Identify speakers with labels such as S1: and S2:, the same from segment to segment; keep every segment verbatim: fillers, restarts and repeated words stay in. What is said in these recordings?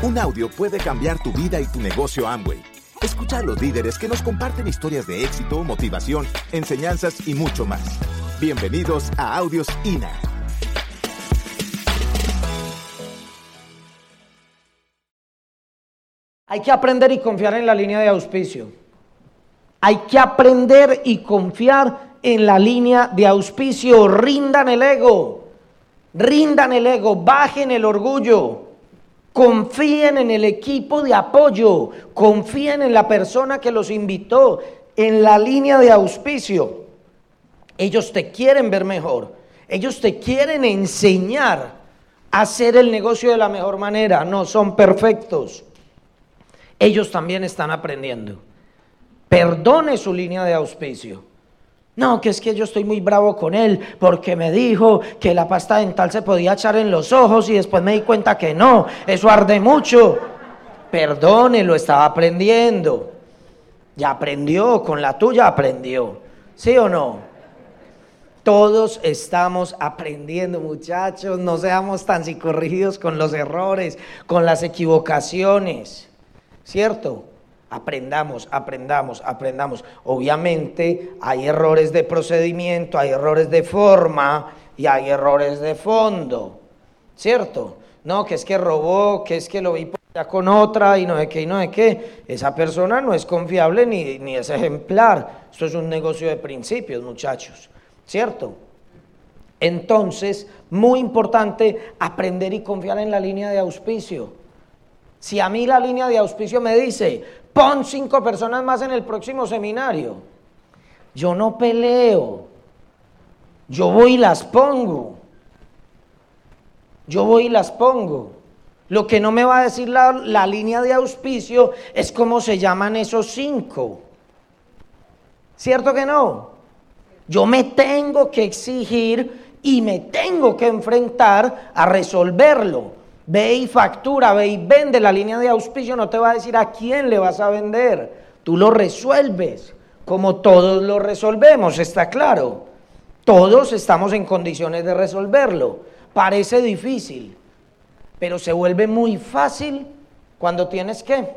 S1: Un audio puede cambiar tu vida y tu negocio Amway. Escucha a los líderes que nos comparten historias de éxito, motivación, enseñanzas y mucho más. Bienvenidos a Audios I N A.
S2: Hay que aprender y confiar en la línea de auspicio. Hay que aprender y confiar en la línea de auspicio. Rindan el ego, rindan el ego, bajen el orgullo. Confíen en el equipo de apoyo, confíen en la persona que los invitó, en la línea de auspicio. Ellos te quieren ver mejor, ellos te quieren enseñar a hacer el negocio de la mejor manera, no son perfectos. Ellos también están aprendiendo. Perdone su línea de auspicio. No, que es que yo estoy muy bravo con él porque me dijo que la pasta dental se podía echar en los ojos y después me di cuenta que no, eso arde mucho. Perdone, lo estaba aprendiendo. Ya aprendió, con la tuya aprendió. ¿Sí o no? Todos estamos aprendiendo, muchachos, no seamos tan psicorrígidos con los errores, con las equivocaciones, ¿cierto? Aprendamos, aprendamos, aprendamos. Obviamente hay errores de procedimiento, hay errores de forma y hay errores de fondo, ¿cierto? No, que es que robó, que es que lo vi por allá con otra y no sé qué, y no sé qué. Esa persona no es confiable ni, ni es ejemplar. Esto es un negocio de principios, muchachos, ¿cierto? Entonces, muy importante aprender y confiar en la línea de auspicio. Si a mí la línea de auspicio me dice, pon cinco personas más en el próximo seminario, yo no peleo, yo voy y las pongo, yo voy y las pongo. Lo que no me va a decir la, la línea de auspicio es cómo se llaman esos cinco, ¿cierto que no? Yo me tengo que exigir y me tengo que enfrentar a resolverlo. Ve y factura, ve y vende. La línea de auspicio no te va a decir a quién le vas a vender. Tú lo resuelves, como todos lo resolvemos, está claro. Todos estamos en condiciones de resolverlo. Parece difícil, pero se vuelve muy fácil cuando tienes ¿qué?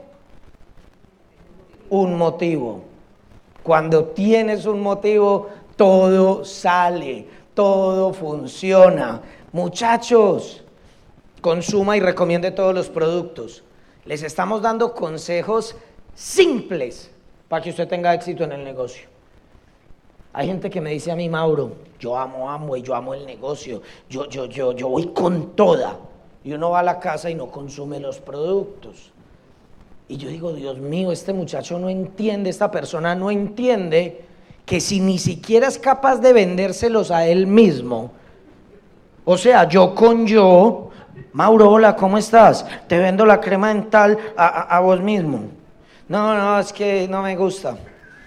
S2: Un motivo. Cuando tienes un motivo, todo sale, todo funciona. Muchachos, consuma y recomiende todos los productos. Les estamos dando consejos simples para que usted tenga éxito en el negocio. Hay gente que me dice a mí, Mauro, yo amo Amway, yo amo el negocio, yo, yo, yo, yo voy con toda. Y uno va a la casa y no consume los productos. Y yo digo, Dios mío, este muchacho no entiende, esta persona no entiende que si ni siquiera es capaz de vendérselos a él mismo, o sea, yo con yo, Mauro, hola, ¿cómo estás? Te vendo la crema dental a, a, a vos mismo. No, no, es que no me gusta.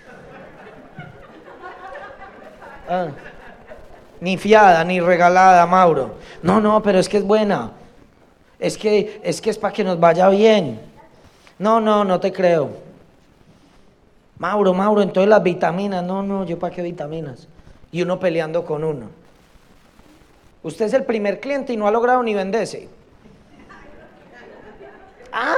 S2: Ah, ni fiada, ni regalada, Mauro. No, no, pero es que es buena. Es que es que es para que nos vaya bien. No, no, no te creo. Mauro, Mauro, entonces las vitaminas. No, no, ¿yo para qué vitaminas? Y uno peleando con uno. Usted es el primer cliente y no ha logrado ni venderse. ¿Ah?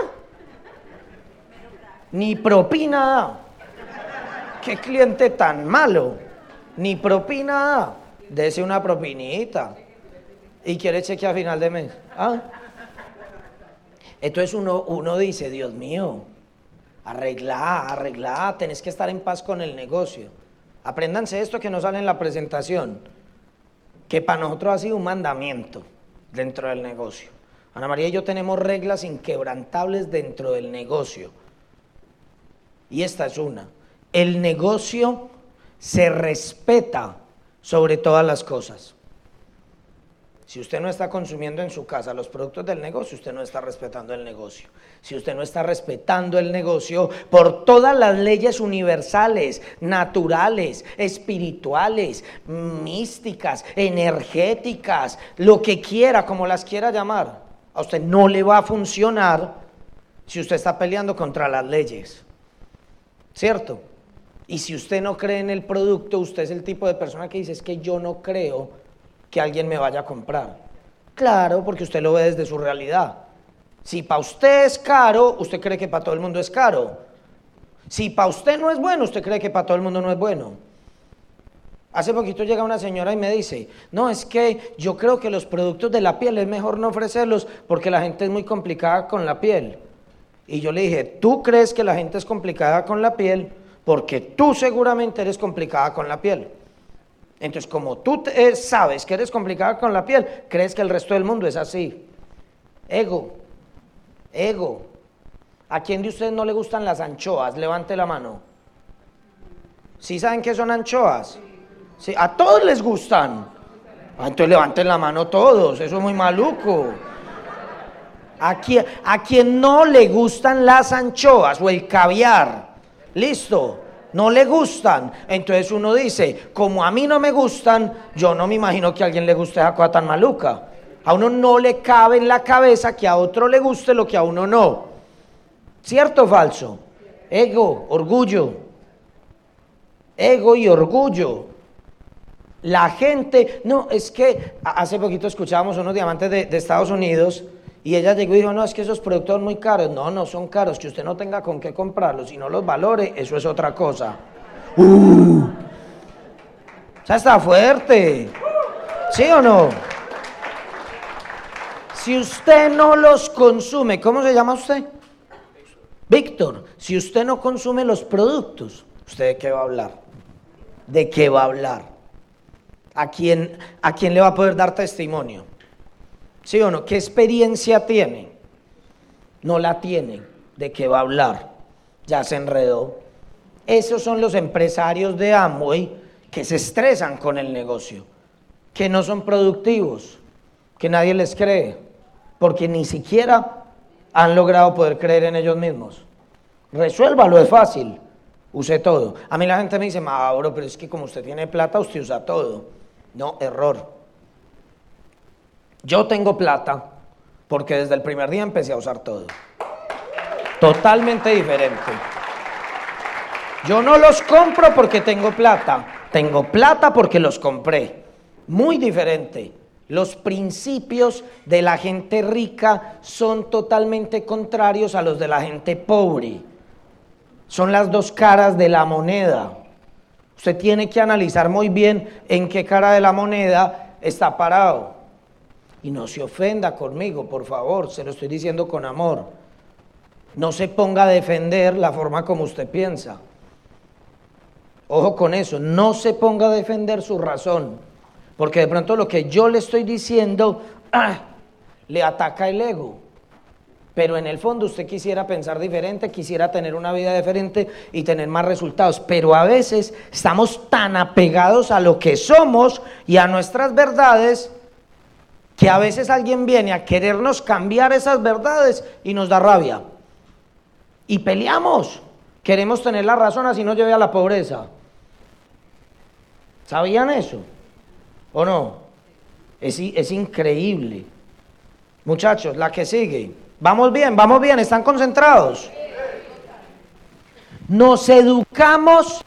S2: Ni propina da. ¿Qué cliente tan malo? Ni propina da. Dese una propinita. Y quiere cheque a final de mes. ¿Ah? Entonces uno, uno dice, Dios mío, arregla, arregla, tenés que estar en paz con el negocio. Apréndanse esto que no sale en la presentación, que para nosotros ha sido un mandamiento dentro del negocio. Ana María y yo tenemos reglas inquebrantables dentro del negocio. Y esta es una. El negocio se respeta sobre todas las cosas. Si usted no está consumiendo en su casa los productos del negocio, usted no está respetando el negocio. Si usted no está respetando el negocio por todas las leyes universales, naturales, espirituales, místicas, energéticas, lo que quiera, como las quiera llamar, a usted no le va a funcionar si usted está peleando contra las leyes. ¿Cierto? Y si usted no cree en el producto, usted es el tipo de persona que dice, es que yo no creo que alguien me vaya a comprar. Claro, porque usted lo ve desde su realidad. Si para usted es caro, usted cree que para todo el mundo es caro. Si para usted no es bueno, usted cree que para todo el mundo no es bueno. Hace poquito llega una señora y me dice, no, es que yo creo que los productos de la piel es mejor no ofrecerlos porque la gente es muy complicada con la piel. Y yo le dije, ¿tú crees que la gente es complicada con la piel? Porque tú seguramente eres complicada con la piel. Entonces, como tú te, eh, sabes que eres complicada con la piel, crees que el resto del mundo es así. Ego, ego. ¿A quién de ustedes no le gustan las anchoas? Levante la mano. ¿Sí saben qué son anchoas? Sí, a todos les gustan. Ah, entonces levanten la mano todos, eso es muy maluco. ¿A quién, a quien no le gustan las anchoas o el caviar? Listo. No le gustan, entonces uno dice, como a mí no me gustan, yo no me imagino que a alguien le guste esa cosa tan maluca. A uno no le cabe en la cabeza que a otro le guste lo que a uno no. ¿Cierto o falso? Ego, orgullo. Ego y orgullo. La gente, no, es que hace poquito escuchábamos unos diamantes de, de Estados Unidos y ella llegó y dijo, no, es que esos productos son muy caros. No, no son caros, que usted no tenga con qué comprarlos y no los valore, eso es otra cosa. Uh, o sea, está fuerte. ¿Sí o no? Si usted no los consume, ¿cómo se llama usted? Víctor, si usted no consume los productos, ¿usted de qué va a hablar? ¿De qué va a hablar? ¿A quién, a quién le va a poder dar testimonio? ¿Sí o no? ¿Qué experiencia tiene? No la tiene. ¿De qué va a hablar? Ya se enredó. Esos son los empresarios de Amway que se estresan con el negocio, que no son productivos, que nadie les cree, porque ni siquiera han logrado poder creer en ellos mismos. Resuélvalo, es fácil. Use todo. A mí la gente me dice, Mauro, pero es que como usted tiene plata, usted usa todo. No, error. Yo tengo plata porque desde el primer día empecé a usar todo. Totalmente diferente. Yo no los compro porque tengo plata. Tengo plata porque los compré. Muy diferente. Los principios de la gente rica son totalmente contrarios a los de la gente pobre. Son las dos caras de la moneda. Usted tiene que analizar muy bien en qué cara de la moneda está parado. Y no se ofenda conmigo, por favor, se lo estoy diciendo con amor. No se ponga a defender la forma como usted piensa. Ojo con eso, no se ponga a defender su razón, porque de pronto lo que yo le estoy diciendo, ¡ah!, le ataca el ego. Pero en el fondo usted quisiera pensar diferente, quisiera tener una vida diferente y tener más resultados. Pero a veces estamos tan apegados a lo que somos y a nuestras verdades que a veces alguien viene a querernos cambiar esas verdades y nos da rabia. Y peleamos. Queremos tener la razón así nos lleve a la pobreza. ¿Sabían eso? ¿O no? Es, es increíble. Muchachos, la que sigue. Vamos bien, vamos bien, ¿están concentrados? Nos educamos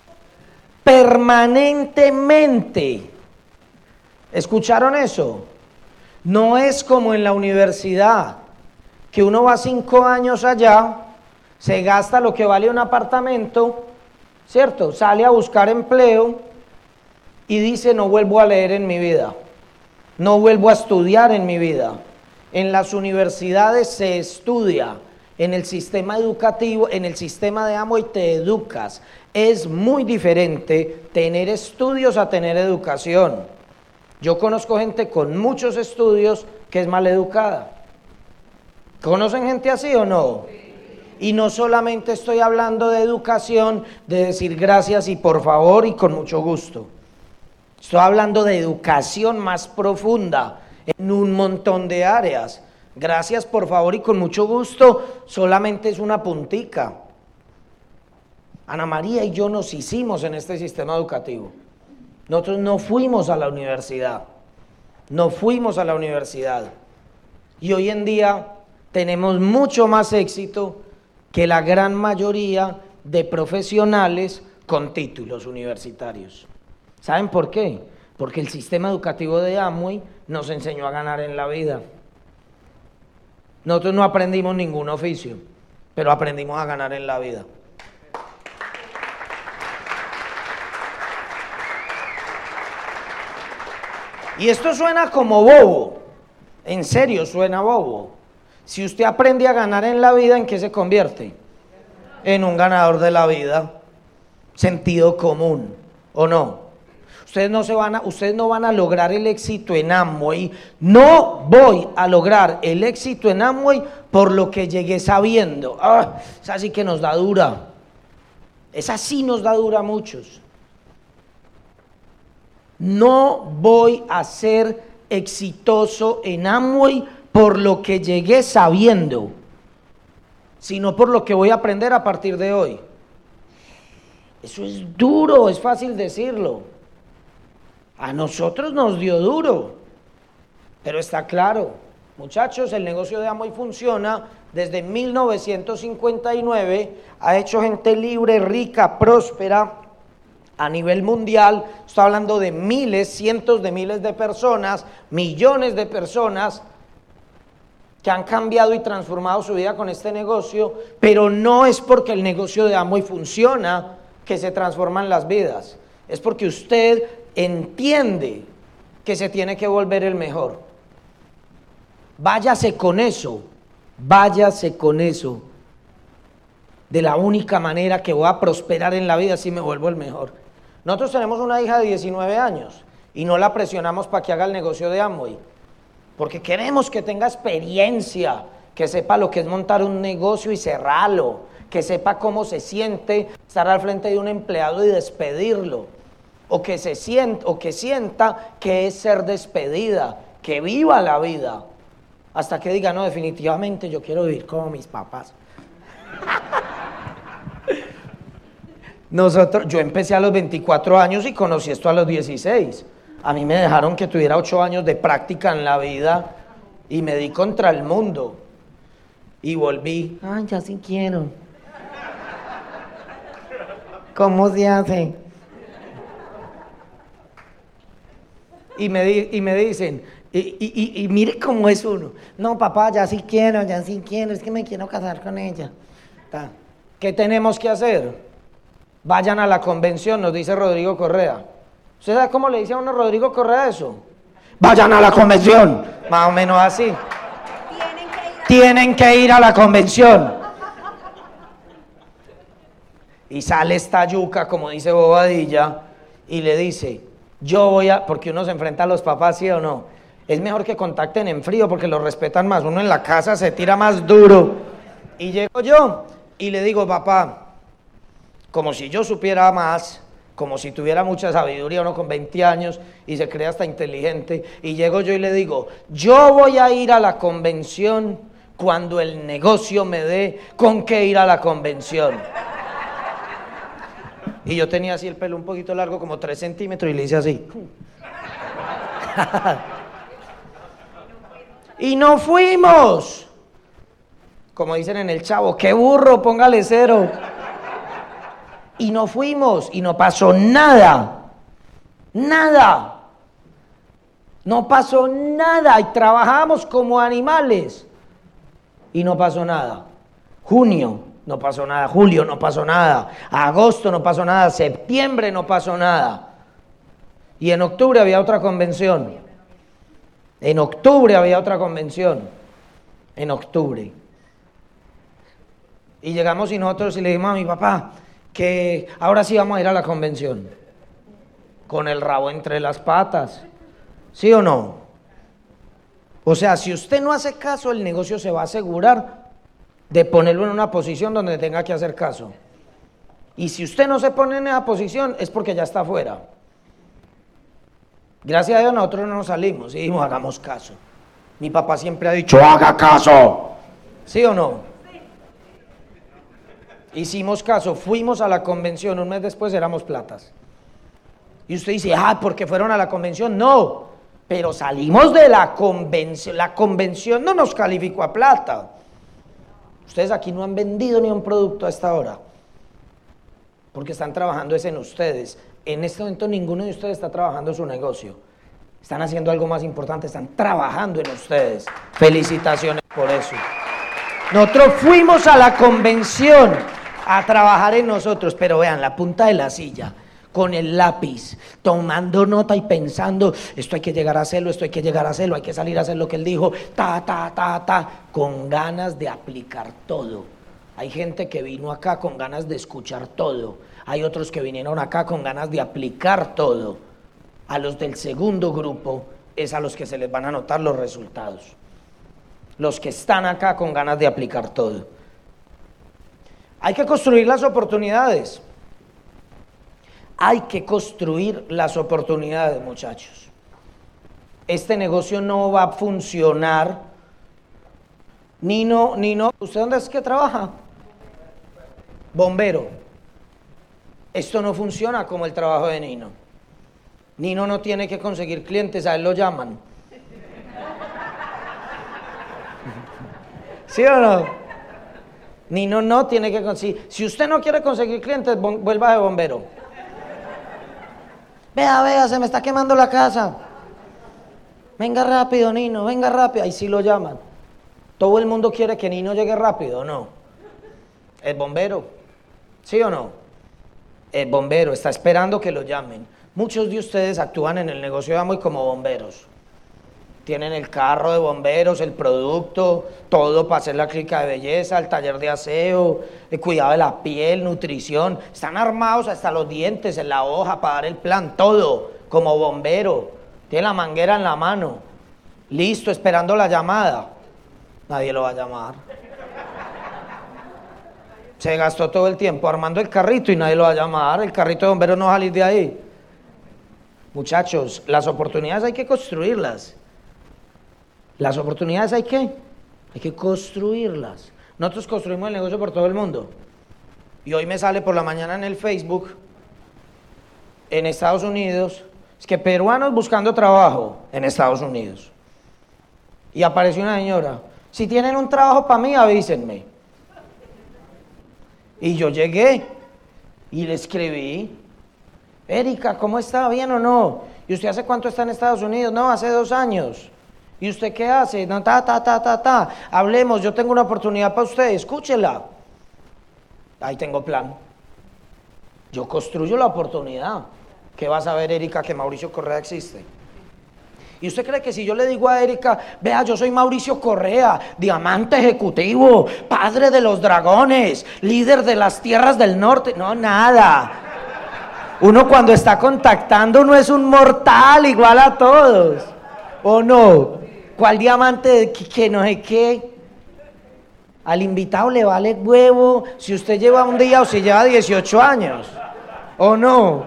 S2: permanentemente. ¿Escucharon eso? No es como en la universidad, que uno va cinco años allá, se gasta lo que vale un apartamento, ¿cierto? Sale a buscar empleo y dice, no vuelvo a leer en mi vida, no vuelvo a estudiar en mi vida. En las universidades se estudia, en el sistema educativo, en el sistema de Amway te educas. Es muy diferente tener estudios a tener educación. Yo conozco gente con muchos estudios que es mal educada. ¿Conocen gente así o no? Y no solamente estoy hablando de educación, de decir gracias y por favor y con mucho gusto. Estoy hablando de educación más profunda en un montón de áreas. Gracias, por favor y con mucho gusto solamente es una puntica. Ana María y yo nos hicimos en este sistema educativo. Nosotros no fuimos a la universidad, no fuimos a la universidad. Y hoy en día tenemos mucho más éxito que la gran mayoría de profesionales con títulos universitarios. ¿Saben por qué? Porque el sistema educativo de Amway nos enseñó a ganar en la vida. Nosotros no aprendimos ningún oficio, pero aprendimos a ganar en la vida. Y esto suena como bobo, en serio suena bobo. Si usted aprende a ganar en la vida, ¿en qué se convierte? En un ganador de la vida. Sentido común, ¿o no? Ustedes no, se van a, ustedes no van a lograr el éxito en Amway. No voy a lograr el éxito en Amway por lo que llegué sabiendo. Ah, esa sí que nos da dura. Esa sí nos da dura a muchos. No voy a ser exitoso en Amway por lo que llegué sabiendo, sino por lo que voy a aprender a partir de hoy. Eso es duro, es fácil decirlo. A nosotros nos dio duro, pero está claro, muchachos, el negocio de Amway funciona desde mil novecientos cincuenta y nueve, ha hecho gente libre, rica, próspera, a nivel mundial. Estoy hablando de miles, cientos de miles de personas, millones de personas que han cambiado y transformado su vida con este negocio, pero no es porque el negocio de Amway funciona que se transforman las vidas, es porque usted entiende que se tiene que volver el mejor. Váyase con eso, váyase con eso. De la única manera que voy a prosperar en la vida si me vuelvo el mejor. Nosotros tenemos una hija de diecinueve años y no la presionamos para que haga el negocio de Amway, porque queremos que tenga experiencia, que sepa lo que es montar un negocio y cerrarlo, que sepa cómo se siente estar al frente de un empleado y despedirlo, o que se sienta, o que sienta que es ser despedida, que viva la vida, hasta que diga, no, definitivamente yo quiero vivir como mis papás. Nosotros, yo empecé a los veinticuatro años y conocí esto a los dieciséis. A mí me dejaron que tuviera ocho años de práctica en la vida y me di contra el mundo. Y volví. Ay, ya sí quiero. ¿Cómo se hace? Y me, di, y me dicen, y, y, y, y mire cómo es uno. No, papá, ya sí quiero, ya sí quiero, es que me quiero casar con ella. Ta. ¿Qué tenemos que hacer? Vayan a la convención, nos dice Rodrigo Correa. ¿Usted sabe cómo le dice a uno Rodrigo Correa eso? Vayan a la convención, más o menos así. Tienen que ir a, Tienen que ir a la convención. Y sale esta yuca, como dice Bobadilla, y le dice, yo voy a, porque uno se enfrenta a los papás, ¿sí o no? Es mejor que contacten en frío porque los respetan más. Uno en la casa se tira más duro. Y llego yo y le digo, papá, como si yo supiera más, como si tuviera mucha sabiduría, uno con veinte años y se cree hasta inteligente, y llego yo y le digo, yo voy a ir a la convención cuando el negocio me dé con qué ir a la convención. Y yo tenía así el pelo un poquito largo, como tres centímetros, y le hice así. Y no fuimos. Como dicen en el Chavo, qué burro, póngale cero. Y no fuimos, y no pasó nada, nada, no pasó nada, y trabajamos como animales, y no pasó nada. Junio, no pasó nada. Julio, no pasó nada. Agosto, no pasó nada. Septiembre, no pasó nada. Y en octubre había otra convención. En octubre había otra convención. En octubre. Y llegamos y nosotros y le dijimos a mi papá que ahora sí vamos a ir a la convención. Con el rabo entre las patas. ¿Sí o no? O sea, si usted no hace caso, el negocio se va a asegurar de ponerlo en una posición donde tenga que hacer caso. Y si usted no se pone en esa posición, es porque ya está afuera. Gracias a Dios nosotros no nos salimos y dijimos, hagamos caso. Mi papá siempre ha dicho, haga caso. ¿Sí o no? Hicimos caso, fuimos a la convención, un mes después éramos platas. Y usted dice, ah, ¿porque fueron a la convención? No, pero salimos de la convención, la convención no nos calificó a plata. Ustedes aquí no han vendido ni un producto a esta hora, porque están trabajando es en ustedes. En este momento ninguno de ustedes está trabajando su negocio. Están haciendo algo más importante, están trabajando en ustedes. Felicitaciones por eso. Nosotros fuimos a la convención a trabajar en nosotros, pero vean, la punta de la silla, con el lápiz, tomando nota y pensando, esto hay que llegar a hacerlo, esto hay que llegar a hacerlo, hay que salir a hacer lo que él dijo, ta, ta, ta, ta, con ganas de aplicar todo. Hay gente que vino acá con ganas de escuchar todo, hay otros que vinieron acá con ganas de aplicar todo. A los del segundo grupo es a los que se les van a notar los resultados. Los que están acá con ganas de aplicar todo. Hay que construir las oportunidades. Hay que construir las oportunidades, muchachos. Este negocio no va a funcionar. Nino, Nino, ¿usted dónde es que trabaja? Bombero. Esto no funciona como el trabajo de Nino. Nino no tiene que conseguir clientes, a él lo llaman. ¿Sí o no? Nino no tiene que conseguir. Si usted no quiere conseguir clientes, vuelva de bombero. Vea, vea, se me está quemando la casa. Venga rápido, Nino, venga rápido. Ahí sí lo llaman. Todo el mundo quiere que Nino llegue rápido, ¿o no? El bombero, ¿sí o no? El bombero está esperando que lo llamen. Muchos de ustedes actúan en el negocio de Amway como bomberos. Tienen el carro de bomberos, el producto, todo para hacer la clínica de belleza, el taller de aseo, el cuidado de la piel, nutrición. Están armados hasta los dientes en la hoja para dar el plan, todo como bombero. Tiene la manguera en la mano, listo, esperando la llamada. Nadie lo va a llamar. Se gastó todo el tiempo armando el carrito y nadie lo va a llamar. El carrito de bomberos no va a salir de ahí. Muchachos, las oportunidades hay que construirlas. Las oportunidades hay que, hay que construirlas. Nosotros construimos el negocio por todo el mundo. Y hoy me sale por la mañana en el Facebook, en Estados Unidos, es que peruanos buscando trabajo en Estados Unidos. Y apareció una señora, si tienen un trabajo para mí, avísenme. Y yo llegué y le escribí, Erika, ¿cómo está? ¿Bien o no? ¿Y usted hace cuánto está en Estados Unidos? No, hace dos años. ¿Y usted qué hace? No, ta, ta, ta, ta, ta. Hablemos, yo tengo una oportunidad para usted, escúchela. Ahí tengo plan. Yo construyo la oportunidad. ¿Qué va a saber Erika que Mauricio Correa existe? ¿Y usted cree que si yo le digo a Erika, vea, yo soy Mauricio Correa, diamante ejecutivo, padre de los dragones, líder de las tierras del norte? No, nada. Uno cuando está contactando no es un mortal igual a todos. ¿O no? ¿Cuál diamante que, que no sé qué? Al invitado le vale huevo si usted lleva un día o si lleva dieciocho años. ¿O no?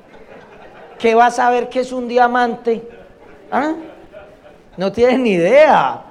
S2: ¿Qué va a saber que es un diamante? ¿Ah? No tiene ni idea.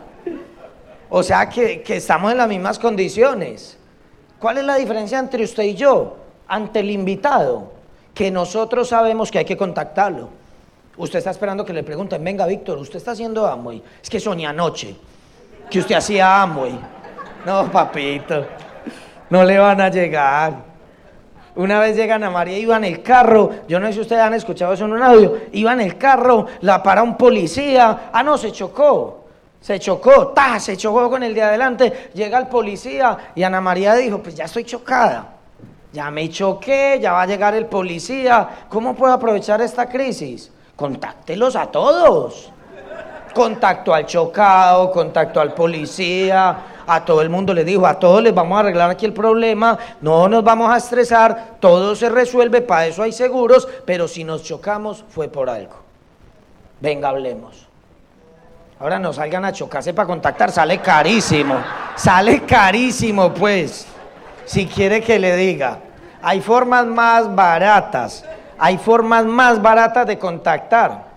S2: O sea que, que estamos en las mismas condiciones. ¿Cuál es la diferencia entre usted y yo? Ante el invitado, que nosotros sabemos que hay que contactarlo. Usted está esperando que le pregunten, venga Víctor, ¿usted está haciendo Amway? Es que soñé anoche que usted hacía Amway. No, papito, no le van a llegar. Una vez llegan a María, iba en el carro, yo no sé si ustedes han escuchado eso en un audio, iba en el carro, la para un policía, ah no, se chocó, se chocó, ta, se chocó con el de adelante, llega el policía y Ana María dijo, pues ya estoy chocada, ya me choqué, ya va a llegar el policía, ¿cómo puedo aprovechar esta crisis? Contáctelos a todos, contacto al chocado, contacto al policía, a todo el mundo le dijo, a todos les vamos a arreglar aquí el problema, no nos vamos a estresar, todo se resuelve, para eso hay seguros, pero si nos chocamos fue por algo. Venga, hablemos. Ahora no salgan a chocarse para contactar, sale carísimo, sale carísimo pues, si quiere que le diga. Hay formas más baratas, hay formas más baratas de contactar.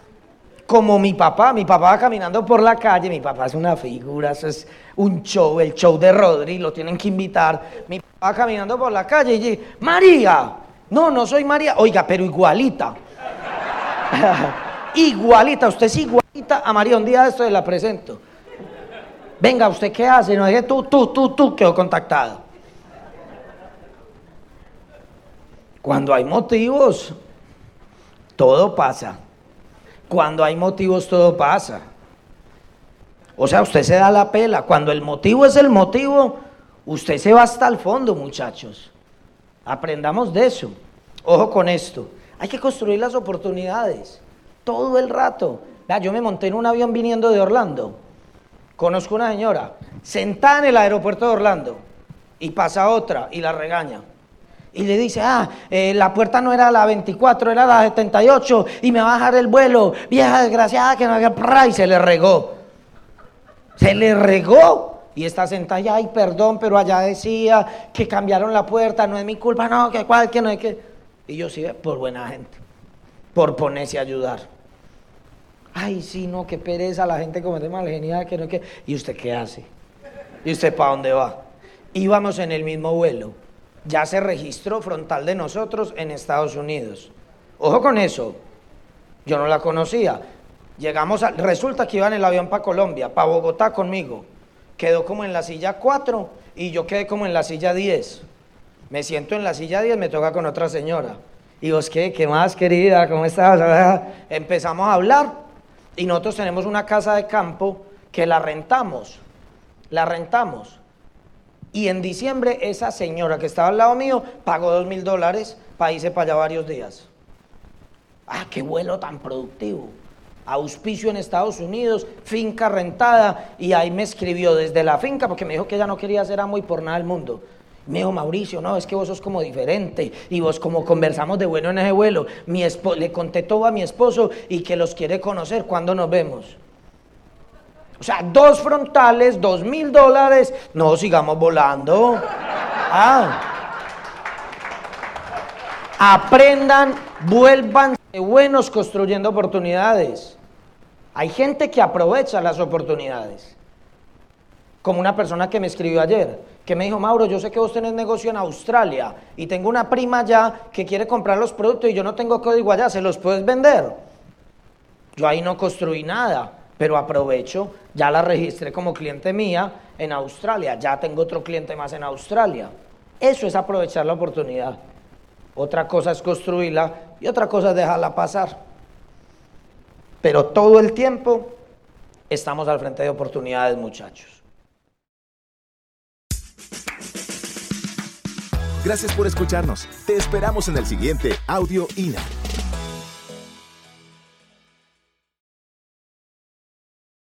S2: Como mi papá, mi papá va caminando por la calle, mi papá es una figura, eso es un show, el show de Rodri, lo tienen que invitar. Mi papá va caminando por la calle y dice, María, no, no soy María, oiga, pero igualita. Igualita, usted es igualita a María, un día de esto la presento. Venga, ¿usted qué hace? No, dije, tú, tú, tú, tú, quedó contactado. Cuando hay motivos, todo pasa. Cuando hay motivos todo pasa. O sea, usted se da la pela. Cuando el motivo es el motivo, usted se va hasta el fondo, muchachos. Aprendamos de eso. Ojo con esto. Hay que construir las oportunidades. Todo el rato. Vea, yo me monté en un avión viniendo de Orlando. Conozco una señora sentada en el aeropuerto de Orlando y pasa otra y la regaña. Y le dice, ah, eh, la puerta no era la veinticuatro, era la setenta y ocho y me va a bajar el vuelo. Vieja desgraciada que no había... Y se le regó. Se le regó. Y está sentada, y, ay, perdón, pero allá decía que cambiaron la puerta, no es mi culpa, no, que cuál, que no es que... Y yo sí, por buena gente, por ponerse a ayudar. Ay, sí, no, qué pereza, la gente comete malgeniada, que no es que... ¿Y usted qué hace? ¿Y usted para dónde va? Íbamos en el mismo vuelo. Ya se registró frontal de nosotros en Estados Unidos. Ojo con eso. Yo no la conocía. Llegamos a... Resulta que iba en el avión para Colombia, para Bogotá conmigo. Quedó como en la silla cuatro y yo quedé como en la silla diez. Me siento en la silla diez, me toca con otra señora. Y vos, ¿qué? ¿Qué más, querida? ¿Cómo estás? Empezamos a hablar y nosotros tenemos una casa de campo que la rentamos. La rentamos. Y en diciembre esa señora que estaba al lado mío pagó dos mil dólares para irse para allá varios días. ¡Ah, qué vuelo tan productivo! Auspicio en Estados Unidos, finca rentada, y ahí me escribió desde la finca porque me dijo que ella no quería ser amo y por nada del mundo. Me dijo, Mauricio, no, es que vos sos como diferente y vos como conversamos de bueno en ese vuelo. Mi espo- le conté todo a mi esposo y que los quiere conocer. ¿Cuándo nos vemos? O sea, dos frontales, dos mil dólares, no, sigamos volando. Ah. Aprendan, vuelvan buenos construyendo oportunidades. Hay gente que aprovecha las oportunidades. Como una persona que me escribió ayer, que me dijo, Mauro, yo sé que vos tenés negocio en Australia y tengo una prima allá que quiere comprar los productos y yo no tengo código allá, ¿se los puedes vender? Yo ahí no construí nada, pero aprovecho, ya la registré como cliente mía en Australia, ya tengo otro cliente más en Australia. Eso es aprovechar la oportunidad. Otra cosa es construirla y otra cosa es dejarla pasar. Pero todo el tiempo estamos al frente de oportunidades, muchachos.
S1: Gracias por escucharnos. Te esperamos en el siguiente Audio I N A.